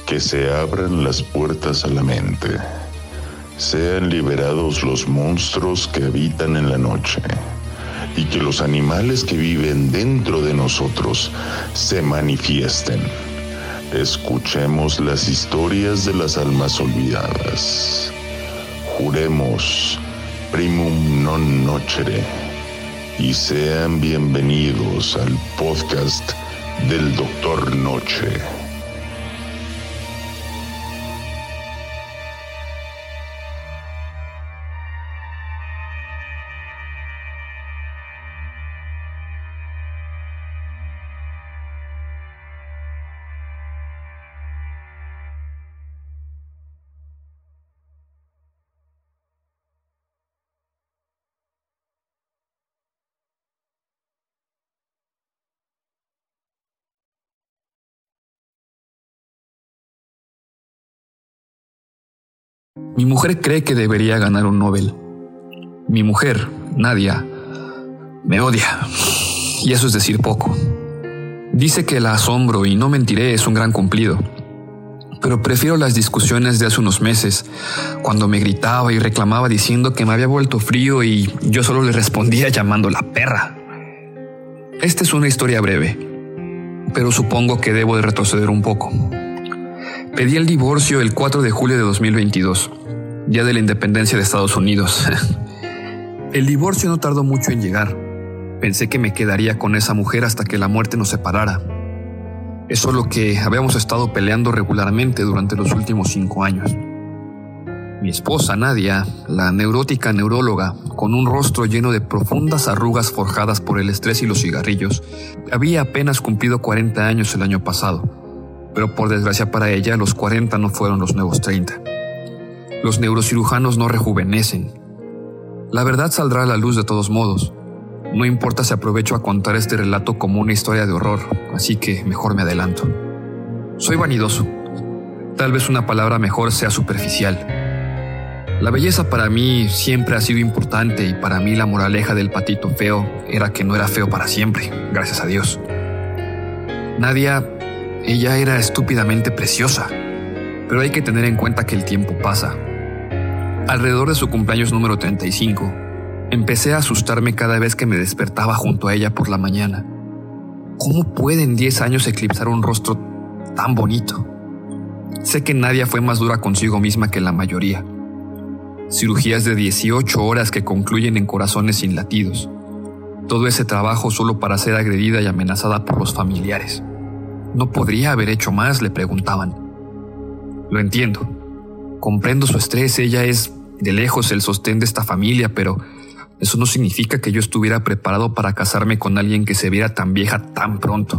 Que se abran las puertas a la mente. Sean liberados los monstruos que habitan en la noche. Y que los animales que viven dentro de nosotros se manifiesten. Escuchemos las historias de las almas olvidadas. Juremos primum non nocere. Y sean bienvenidos al podcast del Doctor Noche. Mi mujer cree que debería ganar un Nobel. Mi mujer, Nadia, me odia. Y eso es decir poco. Dice que la asombro y no mentiré, es un gran cumplido. Pero prefiero las discusiones de hace unos meses, cuando me gritaba y reclamaba diciendo que me había vuelto frío y yo solo le respondía llamándola perra. Esta es una historia breve, pero supongo que debo de retroceder un poco. Pedí el divorcio el 4 de julio de 2022, día de la independencia de Estados Unidos. El divorcio no tardó mucho en llegar. Pensé que me quedaría con esa mujer hasta que la muerte nos separara. Es solo que habíamos estado peleando regularmente durante los últimos 5 años. Mi esposa, Nadia, la neurótica neuróloga, con un rostro lleno de profundas arrugas forjadas por el estrés y los cigarrillos, había apenas cumplido 40 años el año pasado. Pero por desgracia para ella, los 40 no fueron los nuevos 30. Los neurocirujanos no rejuvenecen. La verdad saldrá a la luz de todos modos. No importa si aprovecho a contar este relato como una historia de horror, así que mejor me adelanto. Soy vanidoso. Tal vez una palabra mejor sea superficial. La belleza para mí siempre ha sido importante y para mí la moraleja del patito feo era que no era feo para siempre, gracias a Dios. Nadia... Ella era estúpidamente preciosa, pero hay que tener en cuenta que el tiempo pasa. Alrededor de su cumpleaños número 35, empecé a asustarme cada vez que me despertaba junto a ella por la mañana. ¿Cómo pueden 10 años eclipsar un rostro tan bonito? Sé que Nadia fue más dura consigo misma que la mayoría. Cirugías de 18 horas que concluyen en corazones sin latidos. Todo ese trabajo solo para ser agredida y amenazada por los familiares. ¿No podría haber hecho más?, le preguntaban. Lo entiendo. Comprendo su estrés, ella es de lejos el sostén de esta familia, pero eso no significa que yo estuviera preparado para casarme con alguien que se viera tan vieja tan pronto.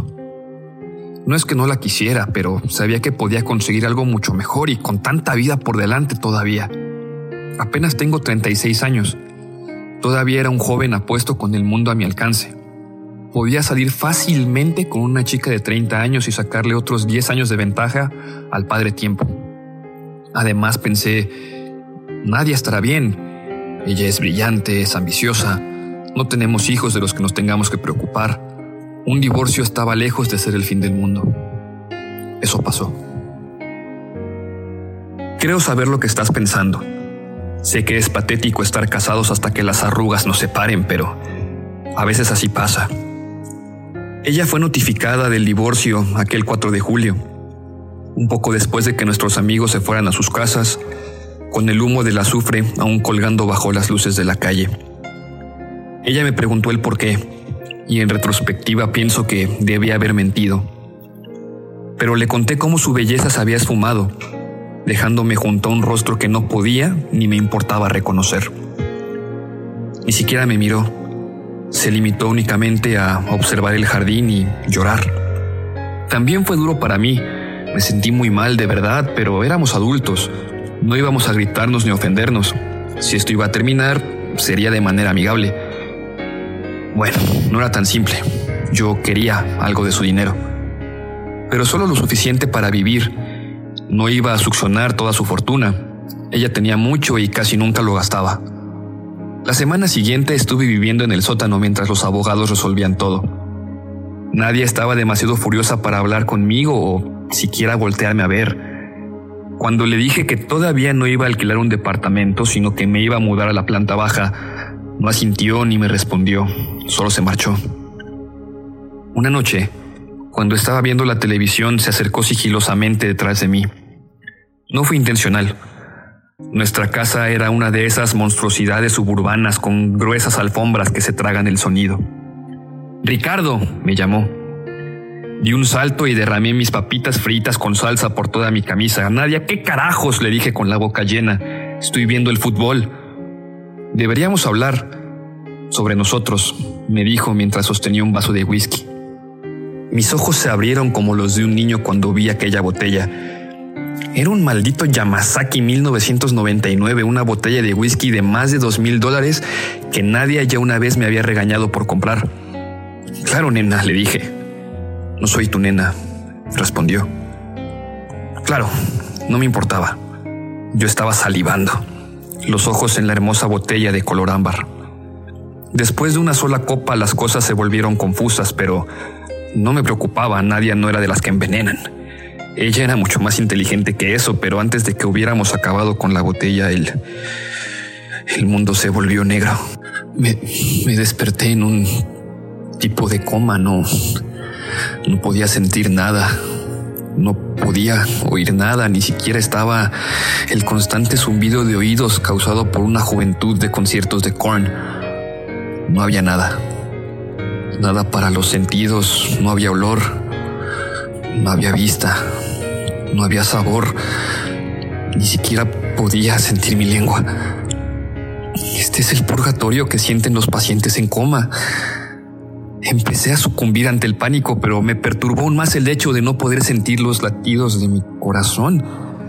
No es que no la quisiera, pero sabía que podía conseguir algo mucho mejor y con tanta vida por delante todavía. Apenas tengo 36 años. Todavía era un joven apuesto con el mundo a mi alcance. Podía salir fácilmente con una chica de 30 años y sacarle otros 10 años de ventaja al padre tiempo. Además pensé, Nadia estará bien. Ella es brillante, es ambiciosa. No tenemos hijos de los que nos tengamos que preocupar. Un divorcio estaba lejos de ser el fin del mundo. Eso pasó. Creo saber lo que estás pensando. Sé que es patético estar casados hasta que las arrugas nos separen, pero a veces así pasa. Ella fue notificada del divorcio aquel 4 de julio, un poco después de que nuestros amigos se fueran a sus casas, con el humo del azufre aún colgando bajo las luces de la calle. Ella me preguntó el por qué, y en retrospectiva pienso que debía haber mentido. Pero le conté cómo su belleza se había esfumado, dejándome junto a un rostro que no podía ni me importaba reconocer. Ni siquiera me miró. Se limitó únicamente a observar el jardín y llorar. También fue duro para mí. Me sentí muy mal, de verdad, pero éramos adultos. No íbamos a gritarnos ni ofendernos. Si esto iba a terminar, sería de manera amigable. Bueno, no era tan simple. Yo quería algo de su dinero, pero solo lo suficiente para vivir. No iba a succionar toda su fortuna. Ella tenía mucho y casi nunca lo gastaba. La semana siguiente estuve viviendo en el sótano mientras los abogados resolvían todo. Nadia estaba demasiado furiosa para hablar conmigo o siquiera voltearme a ver. Cuando le dije que todavía no iba a alquilar un departamento, sino que me iba a mudar a la planta baja, no asintió ni me respondió, solo se marchó. Una noche, cuando estaba viendo la televisión, se acercó sigilosamente detrás de mí. No fue intencional. Nuestra casa era una de esas monstruosidades suburbanas con gruesas alfombras que se tragan el sonido. «Ricardo», me llamó. Di un salto y derramé mis papitas fritas con salsa por toda mi camisa. «Nadia, ¿qué carajos?», le dije con la boca llena. «Estoy viendo el fútbol». «Deberíamos hablar sobre nosotros», me dijo mientras sostenía un vaso de whisky. Mis ojos se abrieron como los de un niño cuando vi aquella botella. Era un maldito Yamazaki 1999, una botella de whisky de más de $2,000 que Nadia ya una vez me había regañado por comprar. «Claro, nena», le dije. «No soy tu nena», respondió. Claro, no me importaba. Yo estaba salivando, los ojos en la hermosa botella de color ámbar. Después de una sola copa las cosas se volvieron confusas, pero no me preocupaba. Nadia no era de las que envenenan. Ella era mucho más inteligente que eso, pero antes de que hubiéramos acabado con la botella, el mundo se volvió negro. Me desperté en un tipo de coma. No podía sentir nada. No podía oír nada. Ni siquiera estaba el constante zumbido de oídos causado por una juventud de conciertos de Korn. No había nada. Nada para los sentidos. No había olor. No había vista. No había sabor. Ni siquiera podía sentir mi lengua. Este es el purgatorio que sienten los pacientes en coma. Empecé a sucumbir ante el pánico, pero me perturbó aún más el hecho de no poder sentir los latidos de mi corazón.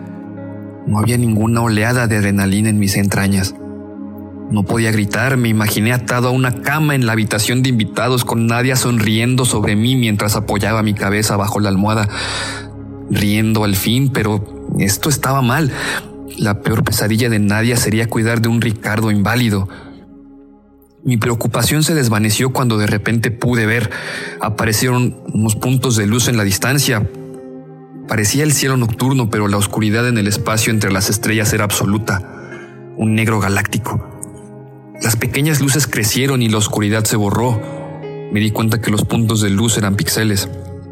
No había ninguna oleada de adrenalina en mis entrañas. No podía gritar. Me imaginé atado a una cama en la habitación de invitados con Nadia sonriendo sobre mí mientras apoyaba mi cabeza bajo la almohada. Riendo al fin, pero esto estaba mal. La peor pesadilla de Nadia sería cuidar de un Ricardo inválido. Mi preocupación se desvaneció cuando de repente pude ver. Aparecieron unos puntos de luz en la distancia. Parecía el cielo nocturno, pero la oscuridad en el espacio entre las estrellas era absoluta. Un negro galáctico. Las pequeñas luces crecieron y la oscuridad se borró. Me di cuenta que los puntos de luz eran píxeles.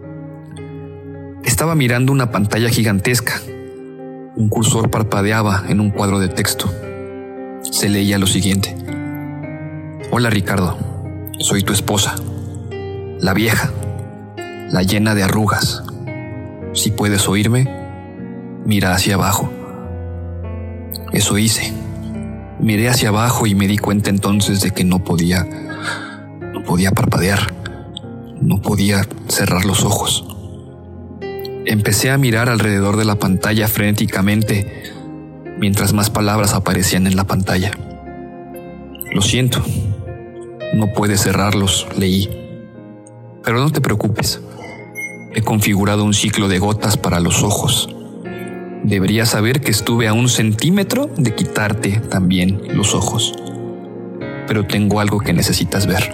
Estaba mirando una pantalla gigantesca. Un cursor parpadeaba en un cuadro de texto. Se leía lo siguiente: «Hola, Ricardo, soy tu esposa, la vieja, la llena de arrugas. Si puedes oírme, mira hacia abajo». Eso hice. Miré hacia abajo y me di cuenta entonces de que no podía parpadear, no podía cerrar los ojos. Empecé a mirar alrededor de la pantalla frenéticamente mientras más palabras aparecían en la pantalla. «Lo siento, no puedes cerrarlos», leí. «Pero no te preocupes. He configurado un ciclo de gotas para los ojos. Deberías saber que estuve a 1 centímetro de quitarte también los ojos. Pero tengo algo que necesitas ver».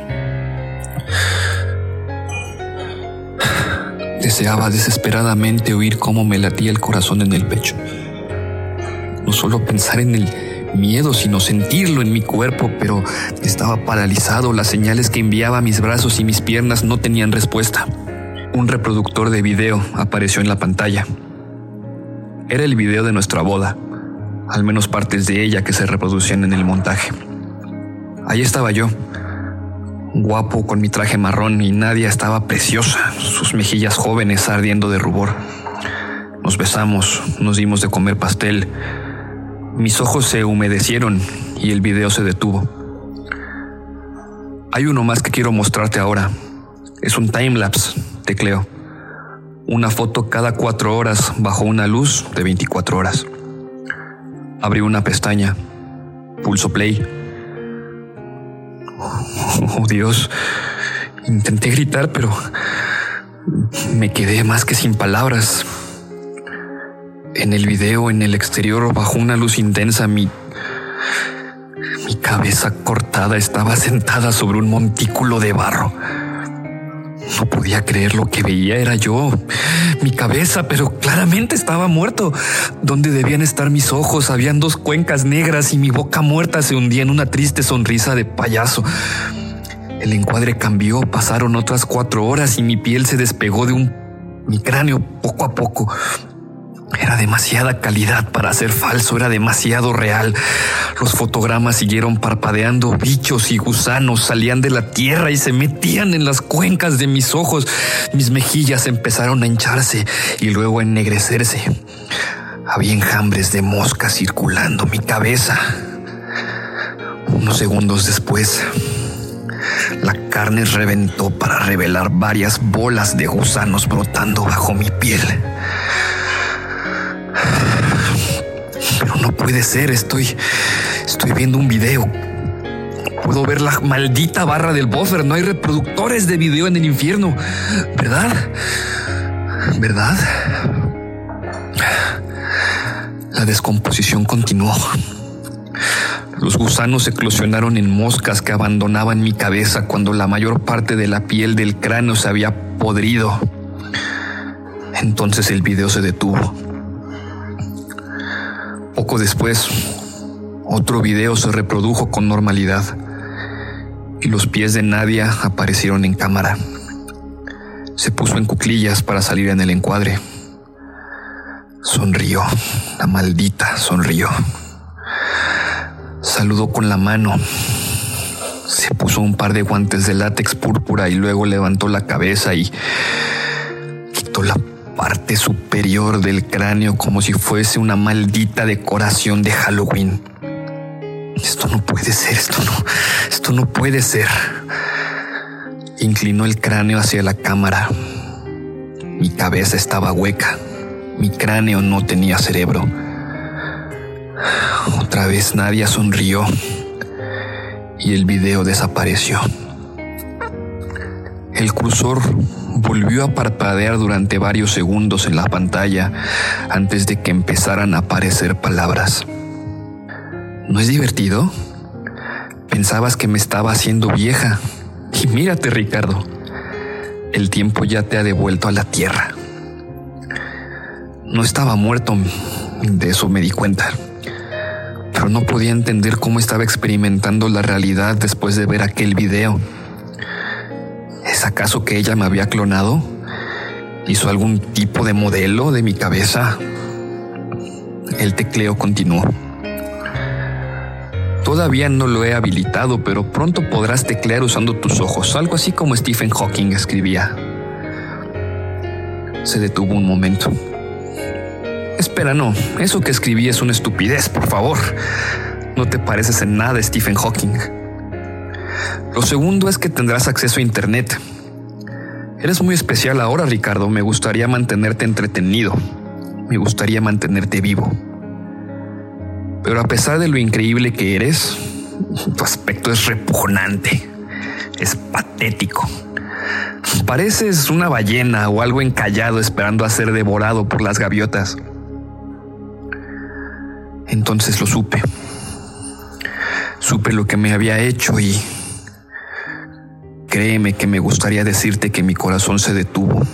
Deseaba desesperadamente oír cómo me latía el corazón en el pecho. No solo pensar en el miedo, sino sentirlo en mi cuerpo, pero estaba paralizado. Las señales que enviaba a mis brazos y mis piernas no tenían respuesta. Un reproductor de video apareció en la pantalla. Era el video de nuestra boda, al menos partes de ella que se reproducían en el montaje. Ahí estaba yo, guapo con mi traje marrón, y Nadia estaba preciosa, sus mejillas jóvenes ardiendo de rubor. Nos besamos, nos dimos de comer pastel. Mis ojos se humedecieron y el video se detuvo. «Hay uno más que quiero mostrarte ahora. Es un timelapse», tecleó. «Una foto cada 4 horas bajo una luz de 24 horas». Abrí una pestaña. Pulso play. Oh, Dios. Intenté gritar, pero me quedé más que sin palabras. En el video, en el exterior, bajo una luz intensa, mi cabeza cortada estaba sentada sobre un montículo de barro. No podía creer lo que veía, era yo, mi cabeza, pero claramente estaba muerto. ¿Dónde debían estar mis ojos? Habían 2 cuencas negras y mi boca muerta se hundía en una triste sonrisa de payaso. El encuadre cambió, pasaron otras 4 horas y mi piel se despegó de mi cráneo poco a poco. Era demasiada calidad para ser falso, era demasiado real. Los fotogramas siguieron parpadeando, bichos y gusanos salían de la tierra y se metían en las cuencas de mis ojos. Mis mejillas empezaron a hincharse y luego a ennegrecerse. Había enjambres de moscas circulando mi cabeza. Unos segundos después, la carne reventó para revelar varias bolas de gusanos brotando bajo mi piel. Pero no puede ser, estoy viendo un video. Puedo ver la maldita barra del buffer. No hay reproductores de video en el infierno. ¿Verdad? La descomposición continuó. Los gusanos eclosionaron en moscas que abandonaban mi cabeza cuando la mayor parte de la piel del cráneo se había podrido. Entonces el video se detuvo. Poco después, otro video se reprodujo con normalidad y los pies de Nadia aparecieron en cámara. Se puso en cuclillas para salir en el encuadre. Sonrió, la maldita sonrió. Saludó con la mano. Se puso un par de guantes de látex púrpura y luego levantó la cabeza y quitó la parte superior del cráneo como si fuese una maldita decoración de Halloween. Esto no puede ser, esto no puede ser. Inclinó el cráneo hacia la cámara. Mi cabeza estaba hueca. Mi cráneo no tenía cerebro. Otra vez Nadia sonrió y el video desapareció. El cursor volvió a parpadear durante varios segundos en la pantalla antes de que empezaran a aparecer palabras. ¿No es divertido? Pensabas que me estaba haciendo vieja. Y mírate, Ricardo. El tiempo ya te ha devuelto a la tierra. No estaba muerto, de eso me di cuenta. Pero no podía entender cómo estaba experimentando la realidad después de ver aquel video. ¿Es acaso que ella me había clonado? ¿Hizo algún tipo de modelo de mi cabeza? El tecleo continuó. Todavía no lo he habilitado, pero pronto podrás teclear usando tus ojos, algo así como Stephen Hawking escribía. Se detuvo un momento. Espera, no, eso que escribí es una estupidez, por favor. No te pareces en nada a Stephen Hawking. Lo segundo es que tendrás acceso a internet. Eres muy especial ahora, Ricardo. Me gustaría mantenerte entretenido. Me gustaría mantenerte vivo. Pero a pesar de lo increíble que eres, tu aspecto es repugnante. Es patético. Pareces una ballena o algo encallado esperando a ser devorado por las gaviotas. Entonces lo supe. Supe lo que me había hecho y créeme que me gustaría decirte que mi corazón se detuvo.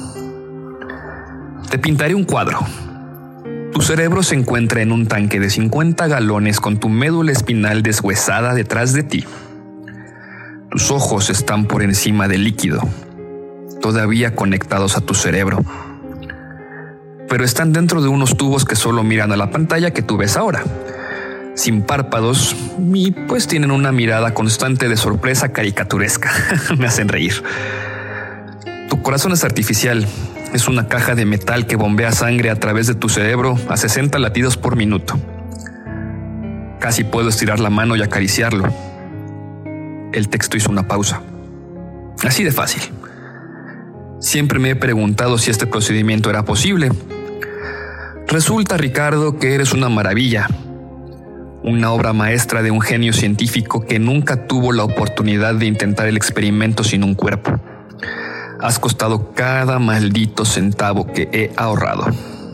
Te pintaré un cuadro. Tu cerebro se encuentra en un tanque de 50 galones con tu médula espinal deshuesada detrás de ti. Tus ojos están por encima del líquido, todavía conectados a tu cerebro, pero están dentro de unos tubos que solo miran a la pantalla que tú ves ahora, sin párpados y pues tienen una mirada constante de sorpresa caricaturesca. Me hacen reír. Tu corazón es artificial. Es una caja de metal que bombea sangre a través de tu cerebro a 60 latidos por minuto. Casi puedo estirar la mano y acariciarlo. El texto hizo una pausa. Así de fácil. Siempre me he preguntado si este procedimiento era posible. Resulta, Ricardo, que eres una maravilla. Una obra maestra de un genio científico que nunca tuvo la oportunidad de intentar el experimento sin un cuerpo. Has costado cada maldito centavo que he ahorrado.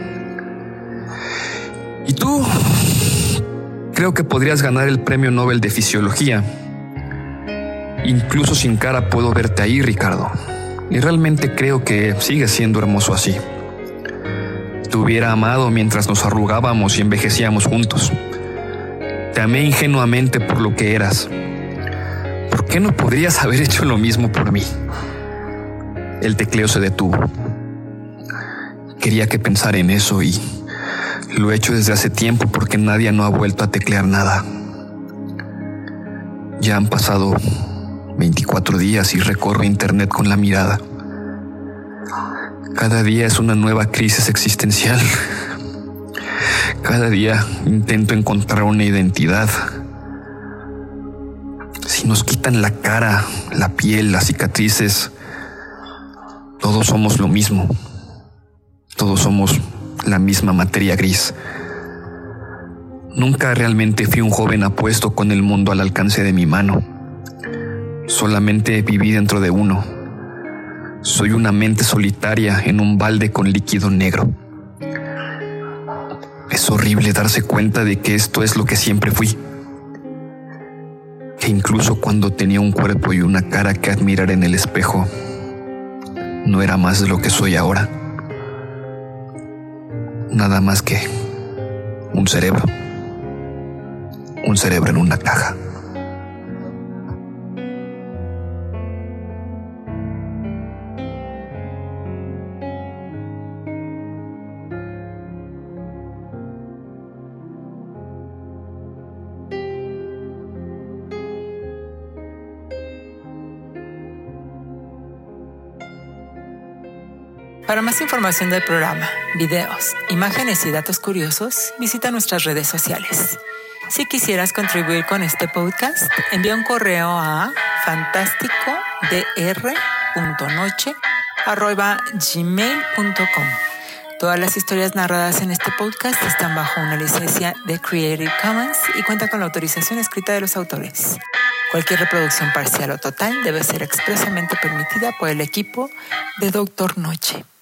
¿Y tú? Creo que podrías ganar el premio Nobel de Fisiología. Incluso sin cara puedo verte ahí, Ricardo. y realmente creo que sigue siendo hermoso así. Te hubiera amado mientras nos arrugábamos y envejecíamos juntos. Te amé ingenuamente por lo que eras. ¿Por qué no podrías haber hecho lo mismo por mí? El tecleo se detuvo. Quería que pensara en eso y lo he hecho desde hace tiempo porque nadie no ha vuelto a teclear nada. Ya han pasado 24 días y recorro internet con la mirada. Cada día es una nueva crisis existencial. Cada día intento encontrar una identidad. Si nos quitan la cara, la piel, las cicatrices, todos somos lo mismo. Todos somos la misma materia gris. Nunca realmente fui un joven apuesto con el mundo al alcance de mi mano. Solamente viví dentro de uno. Soy una mente solitaria en un balde con líquido negro. Es horrible darse cuenta de que esto es lo que siempre fui. Que incluso cuando tenía un cuerpo y una cara que admirar en el espejo, no era más de lo que soy ahora. Nada más que un cerebro. Un cerebro en una caja. Para más información del programa, videos, imágenes y datos curiosos, visita nuestras redes sociales. Si quisieras contribuir con este podcast, envía un correo a fantasticodr.noche@gmail.com. Todas las historias narradas en este podcast están bajo una licencia de Creative Commons y cuentan con la autorización escrita de los autores. Cualquier reproducción parcial o total debe ser expresamente permitida por el equipo de Dr. Noche.